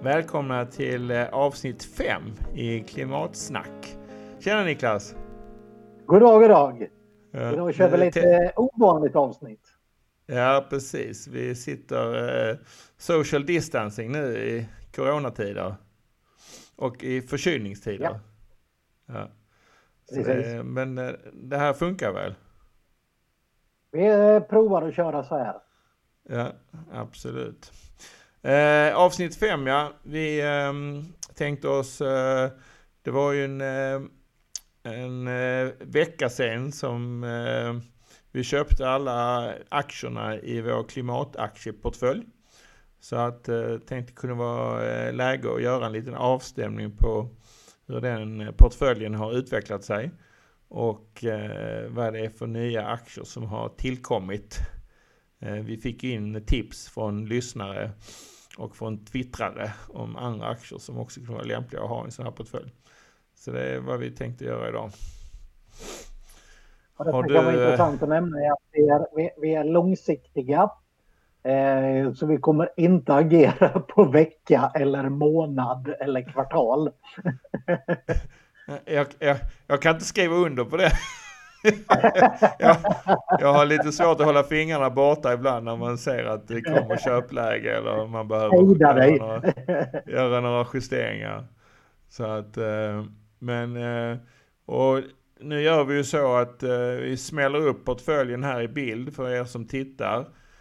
Välkomna till avsnitt 5 i Klimatsnack. Tjena Niklas! God dag, god dag. Idag kör vi lite ovanligt avsnitt. Ja, precis. Vi sitter social distancing nu i coronatider och i förkylningstider. Ja. Men det här funkar väl? Vi provar att köra så här. Ja, absolut. Avsnitt 5, ja. Vi tänkte oss, det var ju en vecka sedan som vi köpte alla aktierna i vår klimataktieportfölj. Så att tänkte kunna vara läge att göra en liten avstämning på hur den portföljen har utvecklat sig. Och vad det är för nya aktier som har tillkommit. Vi fick in tips från lyssnare och från twittrare om andra aktier som också kan vara lämpliga att ha i en sån här portfölj. Så det är vad vi tänkte göra idag. Det kan vara intressant att nämna att vi är långsiktiga. Så vi kommer inte agera på vecka eller månad eller kvartal. Jag kan inte skriva under på det. jag har lite svårt att hålla fingrarna borta ibland när man ser att det kommer köpläge eller man behöver göra några justeringar. Så att, och nu gör vi ju så att vi smäller upp portföljen här i bild för er som tittar.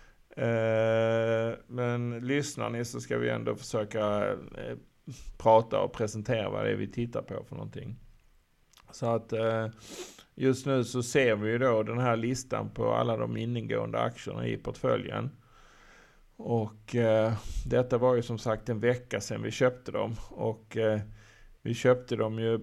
Men lyssnar ni så ska vi ändå försöka prata och presentera vad det är vi tittar på för någonting. Så att just nu så ser vi ju då den här listan på alla de ingående aktierna i portföljen. Och detta var ju som sagt en vecka sedan vi köpte dem. Och vi köpte dem ju,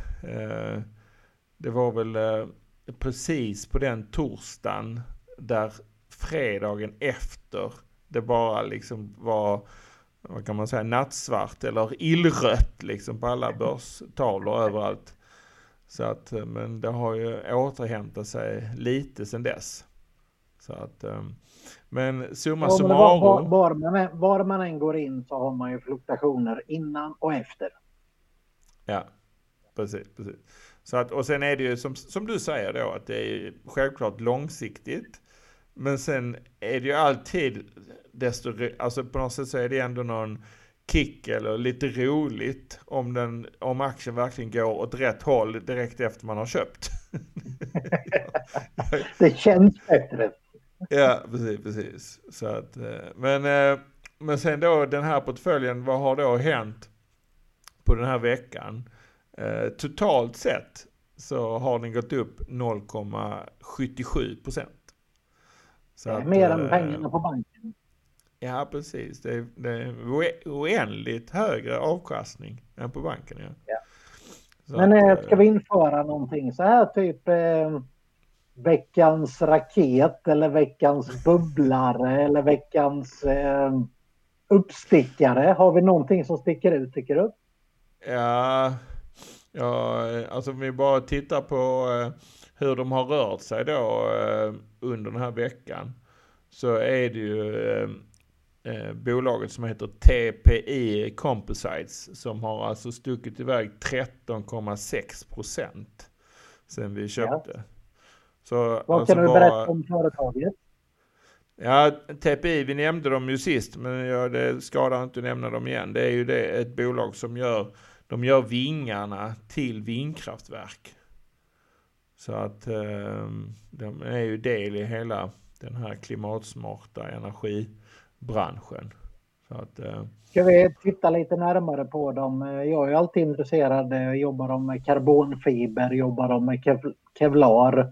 det var väl precis på den torsdagen där fredagen efter det bara liksom var, vad kan man säga, nattsvart eller illrött liksom på alla börstavlor överallt. Så att, men det har ju återhämtat sig lite sedan dess. Så att, men summa summarum. Var man än går in så har man ju fluktuationer innan och efter. Ja, precis. Så att, och sen är det ju som du säger då att det är självklart långsiktigt. Men sen är det ju alltid alltså på något sätt så är det ändå någon kick eller lite roligt om aktien verkligen går åt rätt håll direkt efter man har köpt. Det känns bättre. Ja, precis. Så att, men sen då den här portföljen, vad har då hänt på den här veckan? Totalt sett så har den gått upp 0,77%. Så det är mer än pengarna på banken. Ja, precis. Det är oändligt högre avkastning än på banken. Ja. Men ska vi införa någonting så här typ veckans raket eller veckans bubblare eller veckans uppstickare? Har vi någonting som sticker ut, tycker du? Ja, alltså om vi bara tittar på hur de har rört sig då under den här veckan, så är det ju bolaget som heter TPI Composites som har alltså stuckit iväg 13,6% sen vi köpte. Ja. Så, vad alltså kan du berätta om företaget? Ja, TPI, vi nämnde dem ju sist, men det skadar inte att nämna dem igen. Det är ju ett bolag som gör vingarna till vindkraftverk. Så att de är ju del i hela den här klimatsmarta energibranschen. Så att, ska vi titta lite närmare på dem? Jag är alltid intresserad. Jobbar de med karbonfiber? Jobbar de med kevlar?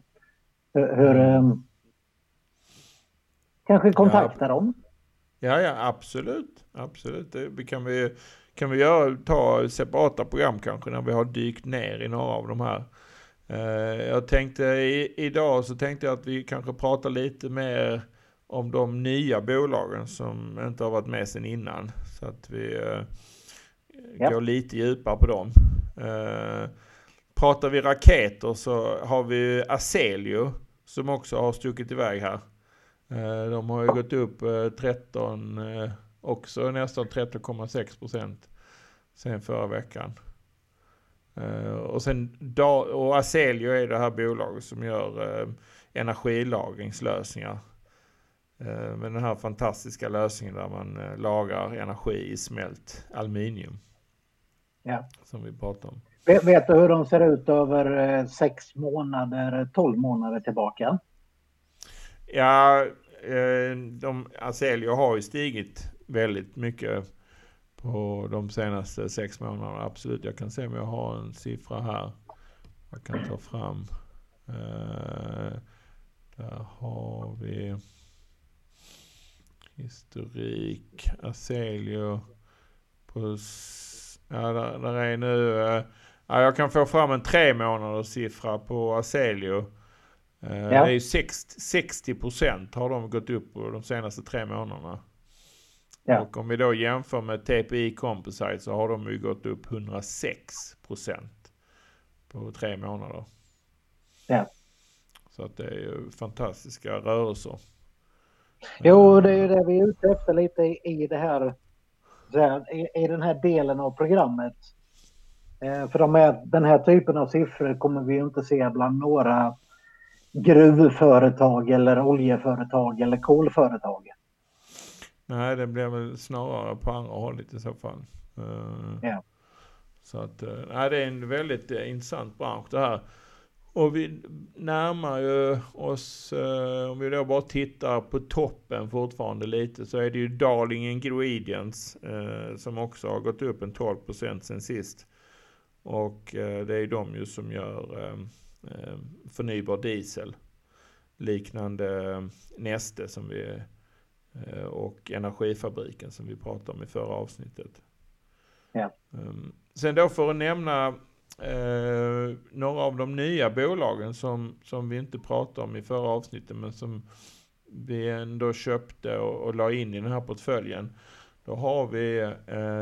Kanske kontakta dem? Ja, absolut. Det kan vi ta separata program kanske när vi har dykt ner i några av de här. Jag tänkte idag så tänkte jag att vi kanske pratar lite mer om de nya bolagen som inte har varit med sedan innan. Så att vi går lite djupare på dem. Pratar vi raketer så har vi Aselio som också har stuckit iväg här. De har ju gått upp 13 också nästan 13,6% sen förra veckan. Och och Aselio är det här bolaget som gör energilagringslösningar. Med den här fantastiska lösningen där man lagrar energi i smält aluminium. Ja. Som vi pratar om. Vet du hur de ser ut över 6 månader, 12 månader tillbaka? Ja, Aselio har ju stigit väldigt mycket på de senaste 6 månaderna. Absolut, jag kan se om jag har en siffra här. Jag kan ta fram. Där har vi historik. Aselio på... där är nu... jag kan få fram en 3 månaders siffra på Aselio. Det är ju 60% har de gått upp på de senaste 3 månaderna. Ja. Och om vi då jämför med TPI Composite så har de ju gått upp 106% på 3 månader. Ja. Så att det är ju fantastiska rörelser. Jo, det är ju det vi är ute efter lite i det här, i den här delen av programmet. För den här typen av siffror kommer vi ju inte se bland några gruvföretag eller oljeföretag eller kolföretag. Nej, det blir väl snarare på andra hållet i så fall. Ja. Så att det är en väldigt intressant bransch det här. Och vi närmar ju oss, om vi då bara tittar på toppen fortfarande lite, så är det ju Darling Ingredients som också har gått upp en 12% sen sist. Och det är de ju som gör förnybar diesel. Liknande Neste som vi och Energifabriken som vi pratade om i förra avsnittet. Ja. Sen då för att nämna några av de nya bolagen som vi inte pratade om i förra avsnittet men som vi ändå köpte och la in i den här portföljen. Då har vi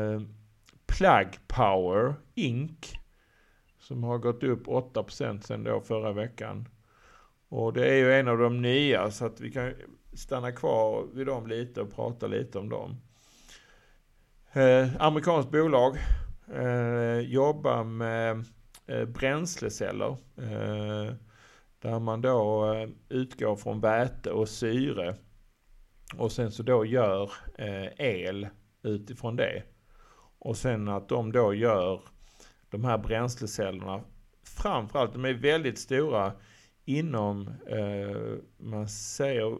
Plug Power Inc. som har gått upp 8% sen då förra veckan. Och det är ju en av de nya så att vi kan stanna kvar vid dem lite och prata lite om dem. Amerikanskt bolag jobbar med bränsleceller där man då utgår från väte och syre och sen så då gör el utifrån det. Och sen att de då gör de här bränslecellerna, framförallt de är väldigt stora inom man säger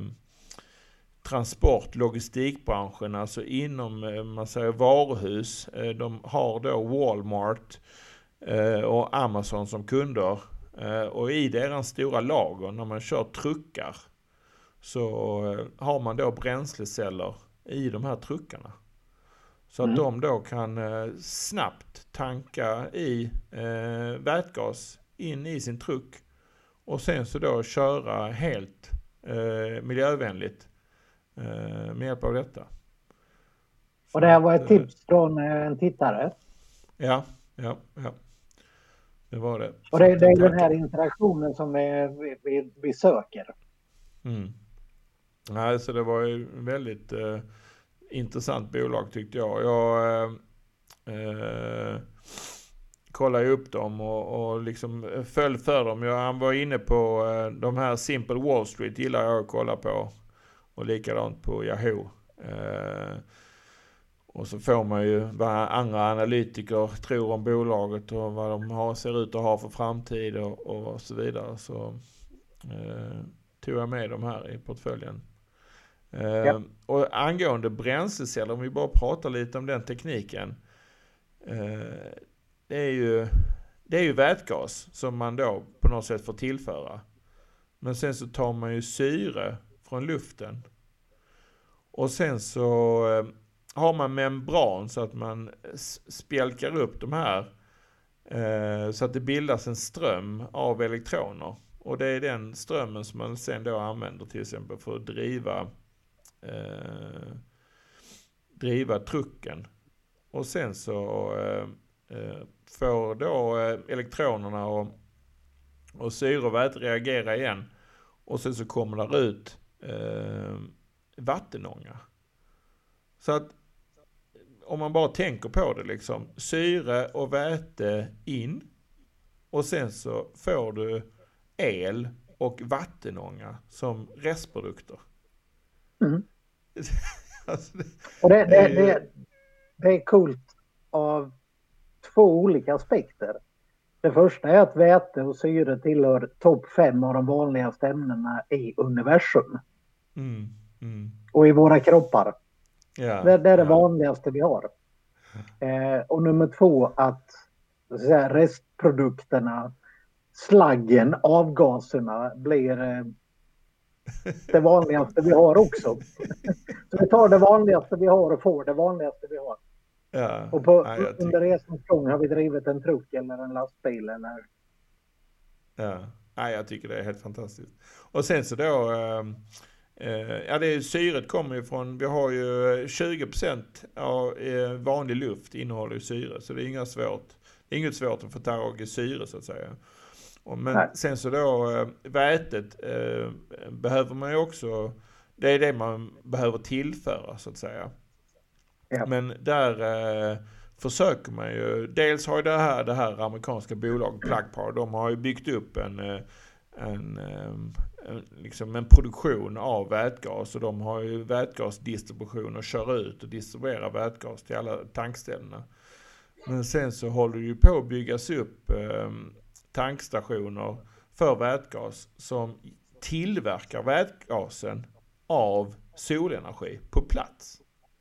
transport, logistikbranschen, alltså inom man säger varuhus. De har då Walmart och Amazon som kunder. Och i deras stora lager när man kör truckar så har man då bränsleceller i de här truckarna. Så att de då kan snabbt tanka i vätgas in i sin truck och sen så då köra helt miljövänligt med hjälp av detta. Och det här var ett tips från en tittare? Ja. Det var det. Och det är den här interaktionen som vi söker. Nej, så det var ju väldigt intressant bolag tyckte jag. Jag kollade upp dem och liksom föll för dem. Han var inne på de här Simple Wall Street gillar jag att kolla på. Och likadant på Yahoo. Och så får man ju vad andra analytiker tror om bolaget och vad de ser ut att ha för framtid och så vidare. Så tog jag med de här i portföljen. Och angående bränsleceller, om vi bara pratar lite om den tekniken. Det är ju vätgas som man då på något sätt får tillföra. Men sen så tar man ju syre från luften. Och sen så har man membran så att man spjälkar upp de här så att det bildas en ström av elektroner. Och det är den strömmen som man sen då använder till exempel för att driva trucken. Och sen så får då elektronerna och syre och väte reagera igen. Och sen så kommer det ut vattenånga. Så att om man bara tänker på det liksom, syre och väte in och sen så får du el och vattenånga som restprodukter. Mm. Alltså Och det är coolt av två olika aspekter. Det första är att väte och syre tillhör topp 5 av de vanligaste ämnena i universum. Och i våra kroppar. Ja, Det är det vanligaste vi har. Och nummer 2 att restprodukterna, slaggen, avgaserna blir det vanligaste vi har också. Så vi tar det vanligaste vi har och får det vanligaste vi har. Ja, Och under resans gång har vi drivit en truck eller en lastbil eller... Ja, jag tycker det är helt fantastiskt. Och sen så då, syret kommer ju från, vi har ju 20% av vanlig luft innehåller ju syre, så det är inget svårt att få tag i syre så att säga. Men sen så då, vätet behöver man ju också, det är det man behöver tillföra så att säga. Ja. Men där försöker man ju, dels har ju det här amerikanska bolaget Plug Power, de har ju byggt upp en produktion av vätgas, och de har ju vätgasdistribution och kör ut och distribuerar vätgas till alla tankställena. Men sen så håller det ju på att byggas upp tankstationer för vätgas som tillverkar vätgasen av solenergi på plats.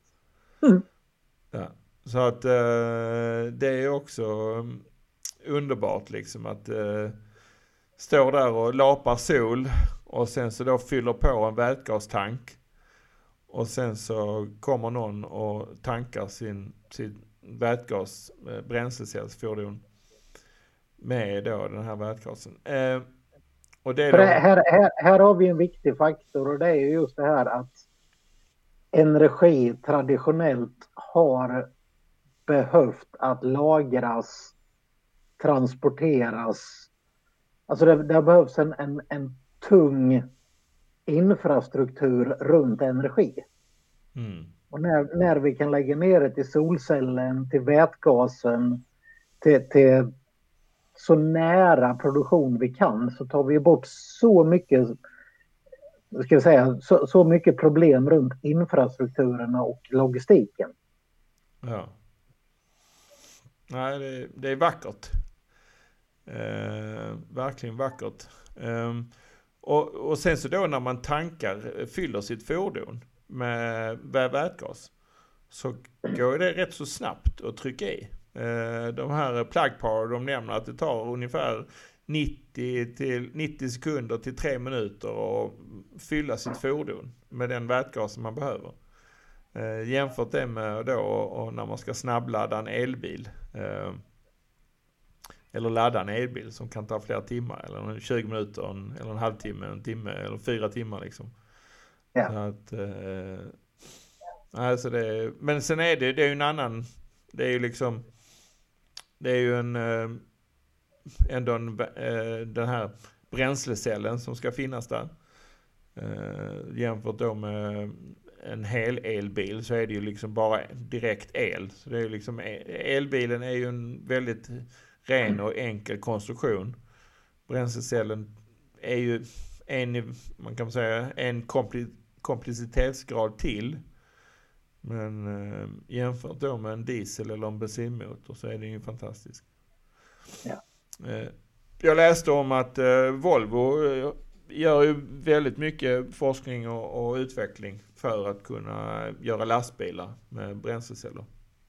Ja. Så att det är också underbart liksom att stå där och lapar sol och sen så då fyller på en vätgastank och sen så kommer någon och tankar sin vätgas bränslecellsfordon med då den här vätgasen. Och det är här har vi en viktig faktor, och det är just det här att energi traditionellt har behövt att lagras, transporteras. Alltså det behövs en tung infrastruktur runt energi. Och när vi kan lägga ner det till solcellen, till vätgasen, till så nära produktion vi kan, så tar vi bort så mycket, ska jag säga, så mycket problem runt infrastrukturerna och logistiken. Ja. Nej, det är vackert. Verkligen vackert. Och sen så då när man fyller sitt fordon med vätgas, så går det rätt så snabbt att trycka i. De här Plug Power, de nämner att det tar ungefär 90 sekunder till 3 minuter att fylla sitt fordon med den vätgas som man behöver. Jämfört det med då och när man ska snabbladda en elbil. Eller ladda en elbil som kan ta flera timmar, eller 20 minuter, eller en halvtimme, en timme, eller 4 timmar liksom. Ja. Så att, alltså men sen är det är ju en annan, det är ju liksom, det är ju den här bränslecellen som ska finnas där. Jämfört då med en hel elbil så är det ju liksom bara direkt el. Så det är ju liksom, elbilen är ju en väldigt ren och enkel konstruktion. Bränslecellen är ju man kan säga en komplexitetsgrad till. Men jämfört då med en diesel eller en bensinmotor så är det ju fantastiskt. Ja. Jag läste om att Volvo gör ju väldigt mycket forskning och utveckling för att kunna göra lastbilar med bränsleceller.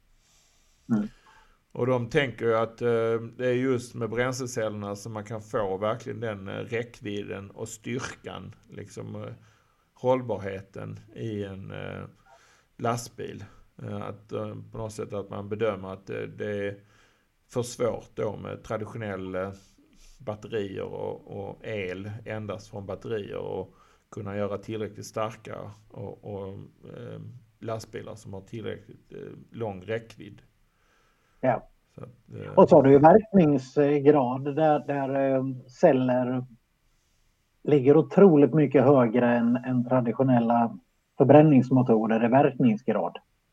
Och de tänker ju att det är just med bränslecellerna som man kan få verkligen den räckvidden och styrkan, liksom hållbarheten i en lastbil. Att på något sätt att man bedömer att det är för svårt då med traditionella batterier och el endast från batterier och kunna göra tillräckligt starka och lastbilar som har tillräckligt lång räckvidd. Ja. Så att, och så har du ju verkningsgrad där celler ligger otroligt mycket högre än traditionella förbränningsmotorer i verkningsgrad.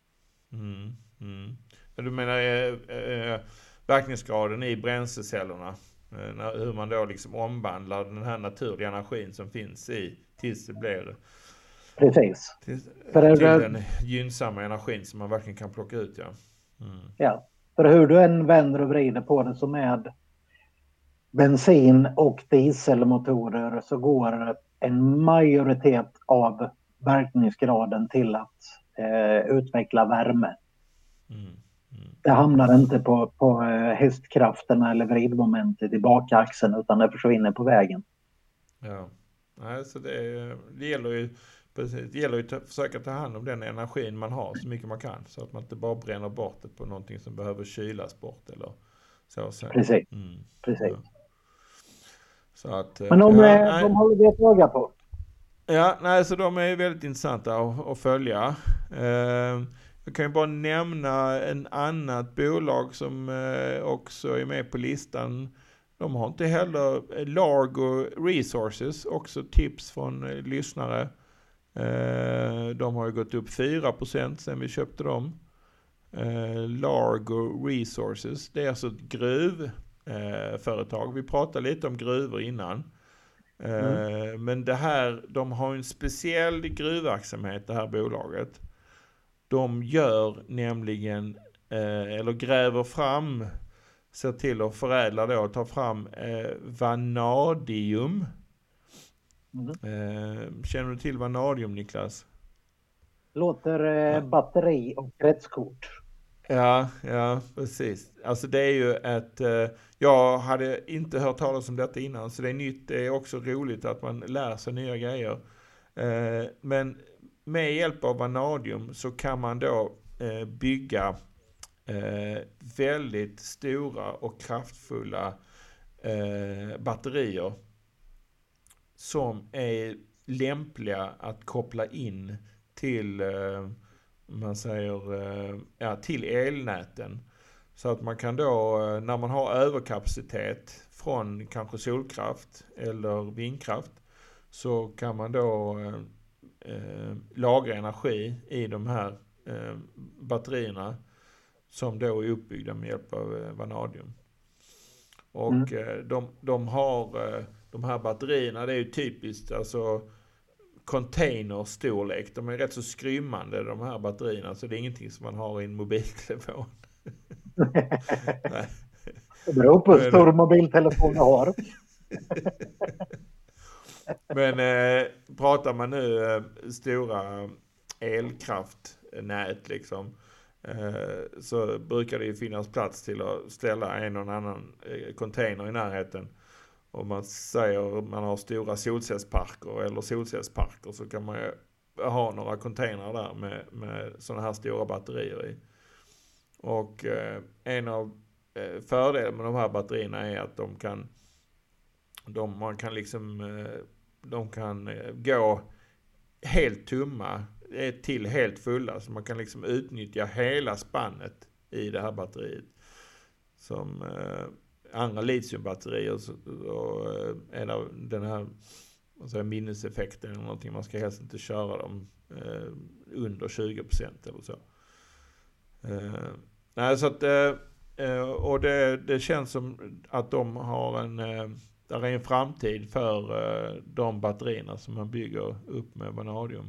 Du menar verkningsgraden i bränslecellerna? Hur man då liksom omvandlar den här naturliga energin som finns i tills det blir Precis. till För den gynnsamma energin som man verkligen kan plocka ut. Ja, för hur du än vänder och vrider på det, som med bensin- och dieselmotorer, så går en majoritet av verkningsgraden till att utveckla värme. Det hamnar inte på hästkrafterna eller vridmomentet i bakaxeln, utan det försvinner på vägen. Ja, alltså det gäller ju att försöka ta hand om den energin man har så mycket man kan, så att man inte bara bränner bort det på någonting som behöver kylas bort eller så. Precis. Precis. Ja. Så att, men de håller vi ett öga på. Ja, så de är väldigt intressanta att följa. Jag kan ju bara nämna en annat bolag som också är med på listan. De har inte heller Largo Resources, också tips från lyssnare. De har ju gått upp 4% sen vi köpte dem. Largo Resources, det är alltså ett gruvföretag. Vi pratade lite om gruvor innan. Men det här, de har en speciell gruvverksamhet, det här bolaget. De gör nämligen, eller gräver fram, ser till att förädla då, ta fram vanadium. Känner du till vanadium, Niklas? Låter batteri och kretskort. Ja, precis. Alltså det är ju jag hade inte hört talas om detta innan, så det är nytt. Det är också roligt att man lär sig nya grejer. Men med hjälp av vanadium så kan man då bygga väldigt stora och kraftfulla batterier som är lämpliga att koppla in till till elnäten. Så att man kan då, när man har överkapacitet från kanske solkraft eller vindkraft, så kan man då lagra energi i de här batterierna som då är uppbyggda med hjälp av vanadium. Och de har de här batterierna, det är ju typiskt alltså containerstorlek. De är rätt så skrymmande, de här batterierna, så det är ingenting som man har i en mobiltelefon. Nej. Det beror på hur stor mobiltelefon du har. Men pratar man nu stora elkraftnät liksom, så brukar det ju finnas plats till att ställa en och annan container i närheten. Om man säger att man har stora solcellsparker så kan man ju ha några container där med sådana här stora batterier i. Och en av fördelarna med de här batterierna är att de kan gå helt tomma till helt fulla, så man kan liksom utnyttja hela spannet i det här batteriet. Som andra litiumbatterier och den här minneseffekten eller någonting, man ska helst inte köra dem under 20% eller så. Så att och det känns som att de har där är en framtid för de batterierna som man bygger upp med vanadium.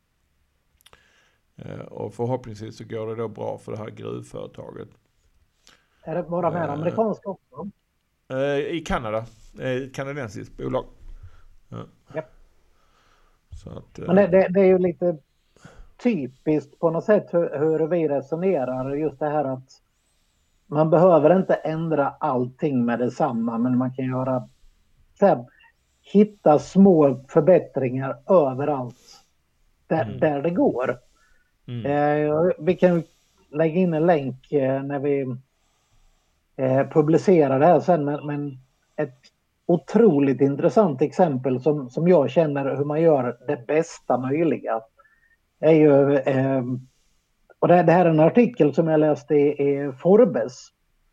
Och förhoppningsvis så går det då bra för det här gruvföretaget. Är det bara med amerikanska också? I Kanada. Ett kanadensiskt bolag. Ja. Yep. Så att, men det är ju lite typiskt på något sätt hur vi resonerar. Just det här att man behöver inte ändra allting med detsamma, men man kan göra hitta små förbättringar överallt där det går. Vi kan lägga in en länk när vi publicerar det här sen, men ett otroligt intressant exempel som jag känner hur man gör det bästa möjliga är ju, och det här är en artikel som jag läste i Forbes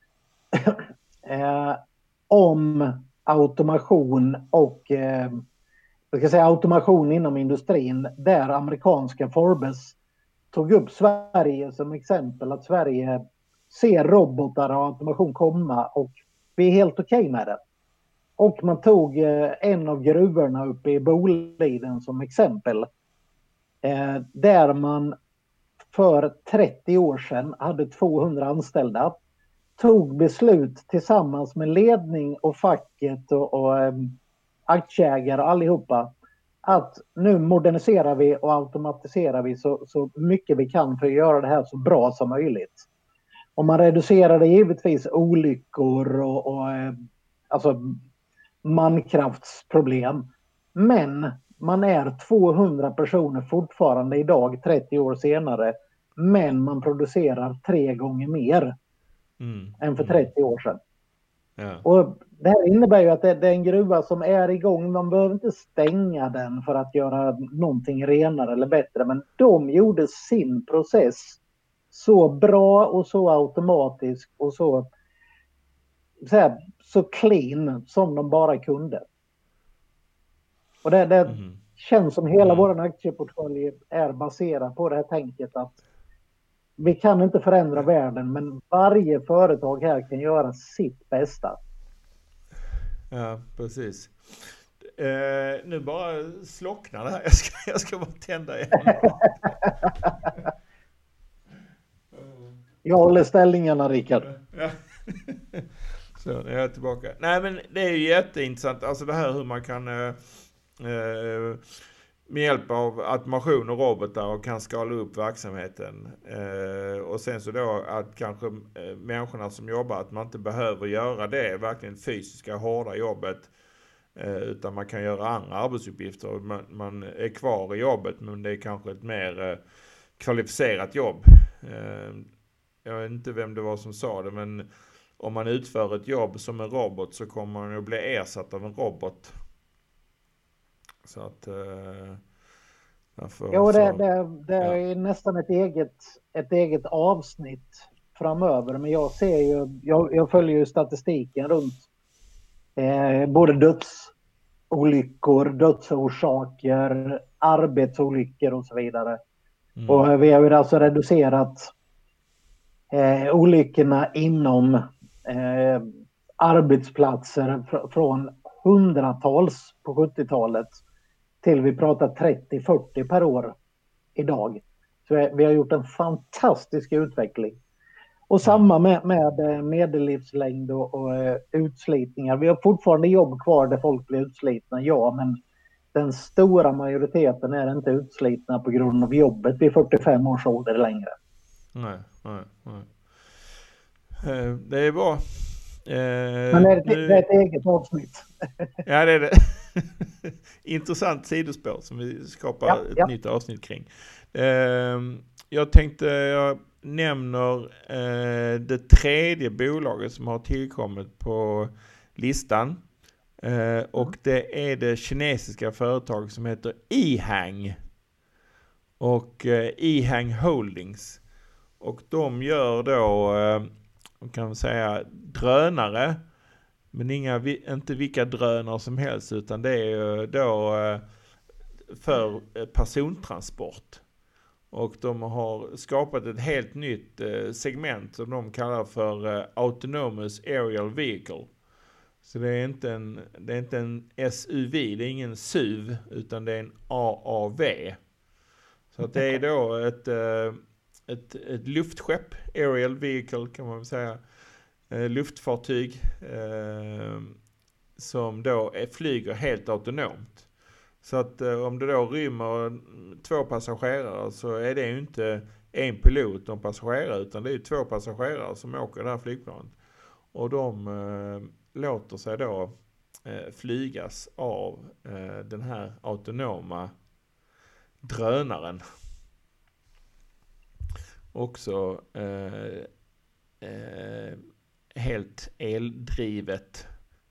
om automation och jag ska säga automation inom industrin, där amerikanska Forbes tog upp Sverige som exempel, att Sverige ser robotar och automation komma och vi är helt okej med det. Och man tog en av gruvorna uppe i Boliden som exempel. Där man för 30 år sedan hade 200 anställda. Tog beslut tillsammans med ledning och facket och aktieägare allihopa. Att nu moderniserar vi och automatiserar vi så mycket vi kan för att göra det här så bra som möjligt. Och man reducerade givetvis olyckor och alltså mankraftsproblem. Men man är 200 personer fortfarande idag, 30 år senare. Men man producerar 3 gånger mer än för 30 år sedan. Ja. Och det här innebär ju att det är en gruva som är igång. Man behöver inte stänga den för att göra någonting renare eller bättre. Men de gjorde sin process så bra och så automatisk och så clean som de bara kunde. Och det känns som hela vår aktieportfölj är baserad på det här tänket att vi kan inte förändra världen, men varje företag här kan göra sitt bästa. Ja, precis. Nu bara slocknar det här. Jag ska bara tända igen. Jag håller ställningarna, Rickard. Ja. Så, nu är jag tillbaka. Nej, men det är ju jätteintressant. Alltså det här hur man kan med hjälp av automation och robotar och kan skala upp verksamheten. Och sen så då att kanske människorna som jobbar, att man inte behöver göra det verkligen fysiska hårda jobbet, utan man kan göra andra arbetsuppgifter. Man är kvar i jobbet, men det är kanske ett mer kvalificerat jobb. Jag vet inte vem det var som sa det, men om man utför ett jobb som en robot så kommer man att bli ersatt av en robot. Så att det är nästan ett eget avsnitt framöver. Men jag ser ju, jag följer ju statistiken runt både dödsolyckor, dödsorsaker, arbetsolyckor och så vidare. Och vi har ju alltså reducerat olyckorna inom arbetsplatser från hundratals på 70-talet till vi pratar 30-40 per år idag. Så vi har gjort en fantastisk utveckling. Och samma med medellivslängd och utslitningar. Vi har fortfarande jobb kvar där folk blir utslitna, ja, men den stora majoriteten är inte utslitna på grund av jobbet vid 45 års ålder längre. Nej. Det är bra. Men det är ett eget avsnitt. Ja, det är det. Intressant sidospår som vi skapar ett nytt avsnitt kring. Jag tänkte jag nämner det tredje bolaget som har tillkommit på listan. Och det är det kinesiska företag som heter Ehang. Och Ehang Holdings. Och de gör då kan man säga drönare, men inte vilka drönare som helst, utan det är då för persontransport. Och de har skapat ett helt nytt segment som de kallar för Autonomous Aerial Vehicle. Så det är inte en SUV, det är ingen SUV, utan det är en AAV. Så att det är då ett luftskepp, aerial vehicle kan man väl säga, luftfartyg som då flyger helt autonomt. Så att om det då rymmer 2 passagerare så är det ju inte en pilot och en passagerare, utan det är 2 passagerare som åker det här flygplanet. Och de låter sig då flygas av den här autonoma drönaren. Också helt eldrivet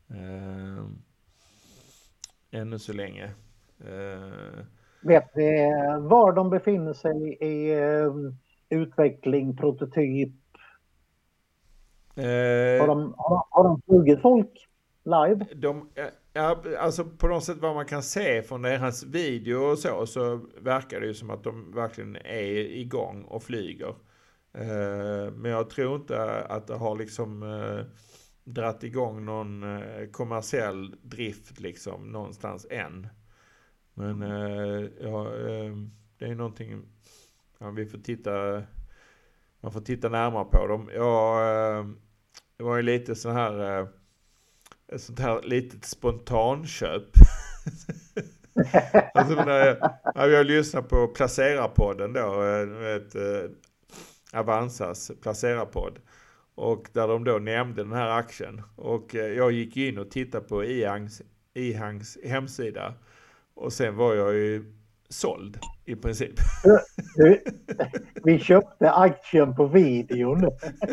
ännu så länge. Vet vi var de befinner sig i utveckling, prototyp? Har de flugit folk live? Ja, alltså på något sätt vad man kan se från deras video och så verkar det ju som att de verkligen är igång och flyger. Men jag tror inte att det har liksom dratt igång någon kommersiell drift liksom någonstans än. Men det är någonting man får titta närmare på dem. Det var ju lite så här ett sånt här litet spontanköp. Alltså när jag lyssnade på Placerarpodden då, Avanzas Placerarpodd, och där de då nämnde den här aktien, och jag gick in och tittade på Ihangs hemsida, och sen var jag ju såld i princip. Vi köpte aktien på videon.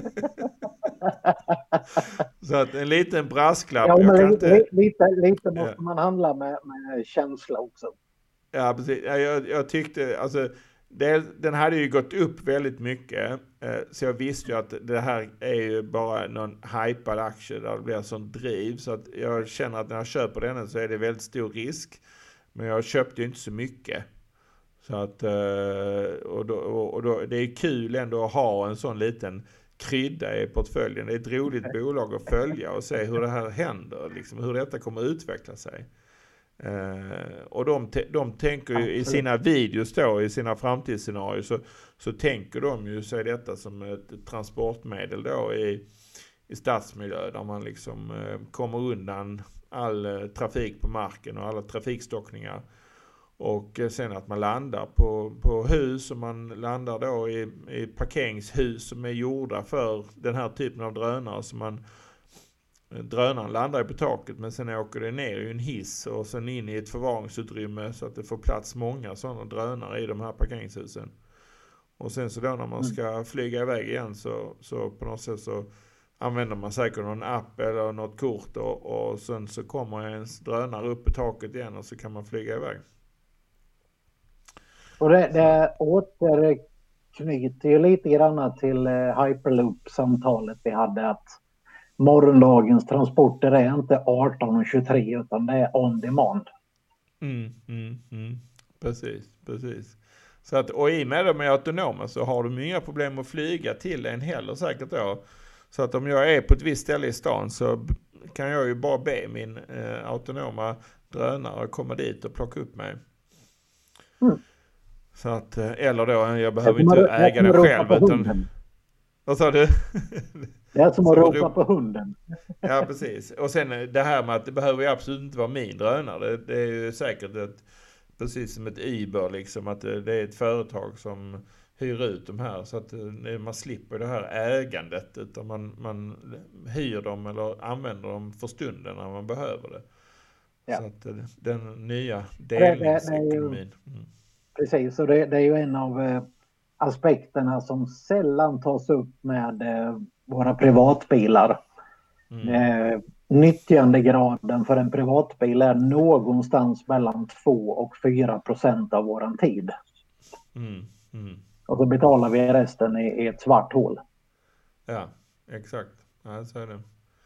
Så att en liten brasklapp. Ja, men lite måste man handla med känsla också. Ja, precis. Jag tyckte, alltså, den hade ju gått upp väldigt mycket. Så jag visste ju att det här är ju bara någon hypad aktie där det blir sån driv. Så att jag känner att när jag köper den så är det väldigt stor risk. Men jag köpte ju inte så mycket. Så att, och då, det är kul ändå att ha en sån liten krydda i portföljen. Det är ett roligt bolag att följa och se hur det här händer, liksom, hur detta kommer att utveckla sig. Och de tänker ju i sina videos då, i sina framtidsscenarier, så tänker de ju sig detta som ett transportmedel då i stadsmiljö, där man liksom kommer undan all trafik på marken och alla trafikstockningar. Och sen att man landar på hus, och man landar då i parkeringshus som är gjorda för den här typen av drönare. Så drönaren landar ju på taket, men sen åker det ner i en hiss och sen in i ett förvaringsutrymme så att det får plats många sådana drönare i de här parkeringshusen. Och sen så då när man ska flyga iväg igen så på något sätt så använder man säkert någon app eller något kort, och sen så kommer ens drönare upp på taket igen och så kan man flyga iväg. Och det återknyter ju lite grann till Hyperloop-samtalet vi hade, att morgondagens transporter är inte 18:23 utan det är on demand. Precis. Så att, och i med dem är autonoma så har de inga problem att flyga till en heller säkert då. Så att om jag är på ett visst ställe i stan så kan jag ju bara be min autonoma drönare komma dit och plocka upp mig. Så att, eller då, jag behöver inte äga den själv. Utan, vad sa du? Det är som att ropa på hunden. Ja, precis. Och sen det här med att det behöver ju absolut inte vara min drönare. Det är ju säkert precis som ett Uber liksom, att det är ett företag som hyr ut de här, så att man slipper det här ägandet, utan man hyr dem eller använder dem för stunden när man behöver det. Ja. Så att den nya delningsekonomin. Precis, och det är ju en av aspekterna som sällan tas upp med våra privatbilar. Nyttjandegraden för en privatbil är någonstans mellan 2 och 4% av våran tid. Och så betalar vi resten i ett svart hål. Ja, exakt. Ja, så är det.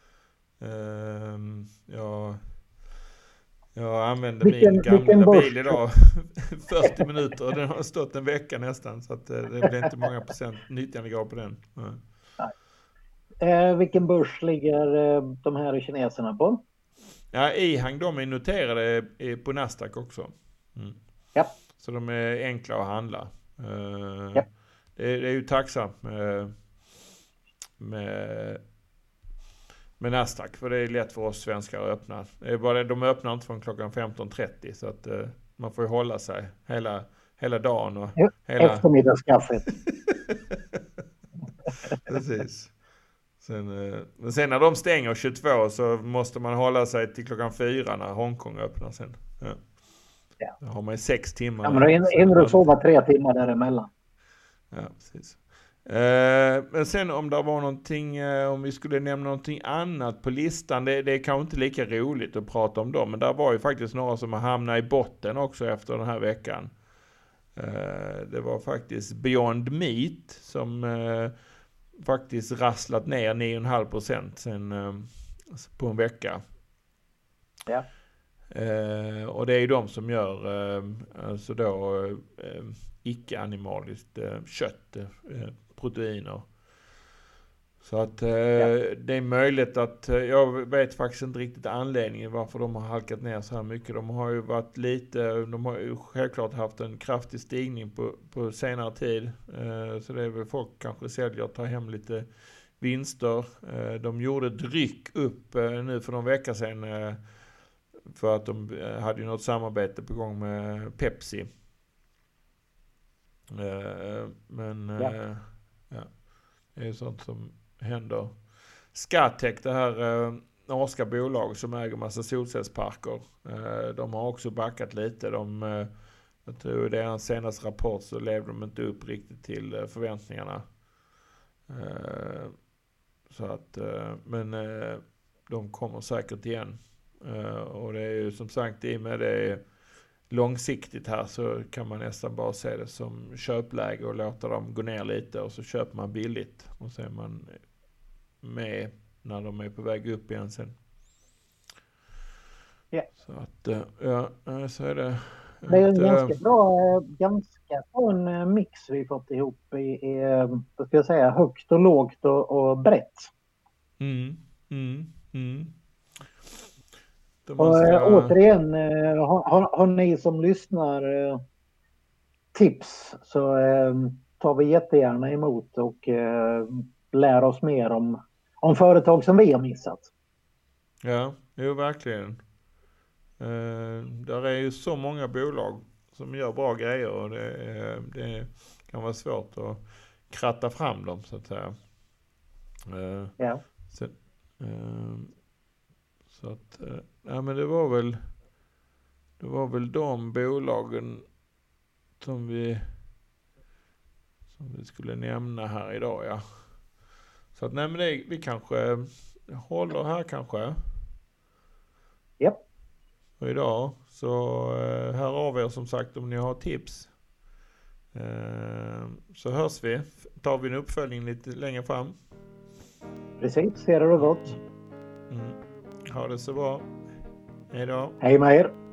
Jag använde min gamla bil idag 40 minuter och den har stått en vecka nästan, så att det blir inte många procent nyttjandegrad på den. Vilken börs ligger de här kineserna på? Ja, Ihang, de är noterade på Nasdaq också. Ja. Så de är enkla att handla. Ja. Det är ju tacksamt med Nasdaq, för det är lätt för oss svenskar att öppna. De öppnar inte från klockan 15:30, så att man får ju hålla sig hela dagen. Och eftermiddagskaffet. Precis. Men sen när de stänger 22 så måste man hålla sig till klockan 4 när Hongkong öppnar sen. Ja. Då har man 6 timmar. Ja, men då hinner du sova 3 timmar däremellan. Ja, precis. Men sen om det var någonting, om vi skulle nämna någonting annat på listan, det är kanske inte lika roligt att prata om dem, men där var ju faktiskt några som har hamnat i botten också efter den här veckan. Det var faktiskt Beyond Meat som faktiskt rasslat ner 9,5% sen på en vecka. Ja. Och det är ju de som gör alltså då icke-animaliskt kött, proteiner. Så att det är möjligt att, jag vet faktiskt inte riktigt anledningen varför de har halkat ner så här mycket. De har ju varit de har ju självklart haft en kraftig stigning på senare tid. Så det är väl folk kanske säljer och tar hem lite vinster. De gjorde ett ryck upp nu för någon vecka sedan för att de hade ju något samarbete på gång med Pepsi. Men ja, det är sånt som händer. Scatec, det här norska bolag som äger massa solcellsparker, de har också backat lite. Jag tror i deras senaste rapport så levde de inte upp riktigt till förväntningarna. Så att, men de kommer säkert igen. Och det är ju som sagt, i och med det är långsiktigt här så kan man nästan bara se det som köpläge och låta dem gå ner lite och så köper man billigt och så är man med när de är på väg upp igen sen. Yeah. Så att så är det. Det är en ganska bra mix vi fått ihop vad ska jag säga, högt och lågt och brett. Återigen, har ni som lyssnar tips så tar vi jättegärna emot och lär oss mer om företag som vi har missat. Ja, jo verkligen. Där är ju så många bolag som gör bra grejer och det kan vara svårt att kratta fram dem så att säga. Ja. Så att men det var väl de bolagen som vi skulle nämna här idag, ja. Så att men vi kanske håller här kanske. Japp. Och idag så hör av er som sagt om ni har tips. Så hörs vi. Tar vi en uppföljning lite längre fram. Precis, ser det gott. Ha det så bra. Hej då. Hej med er.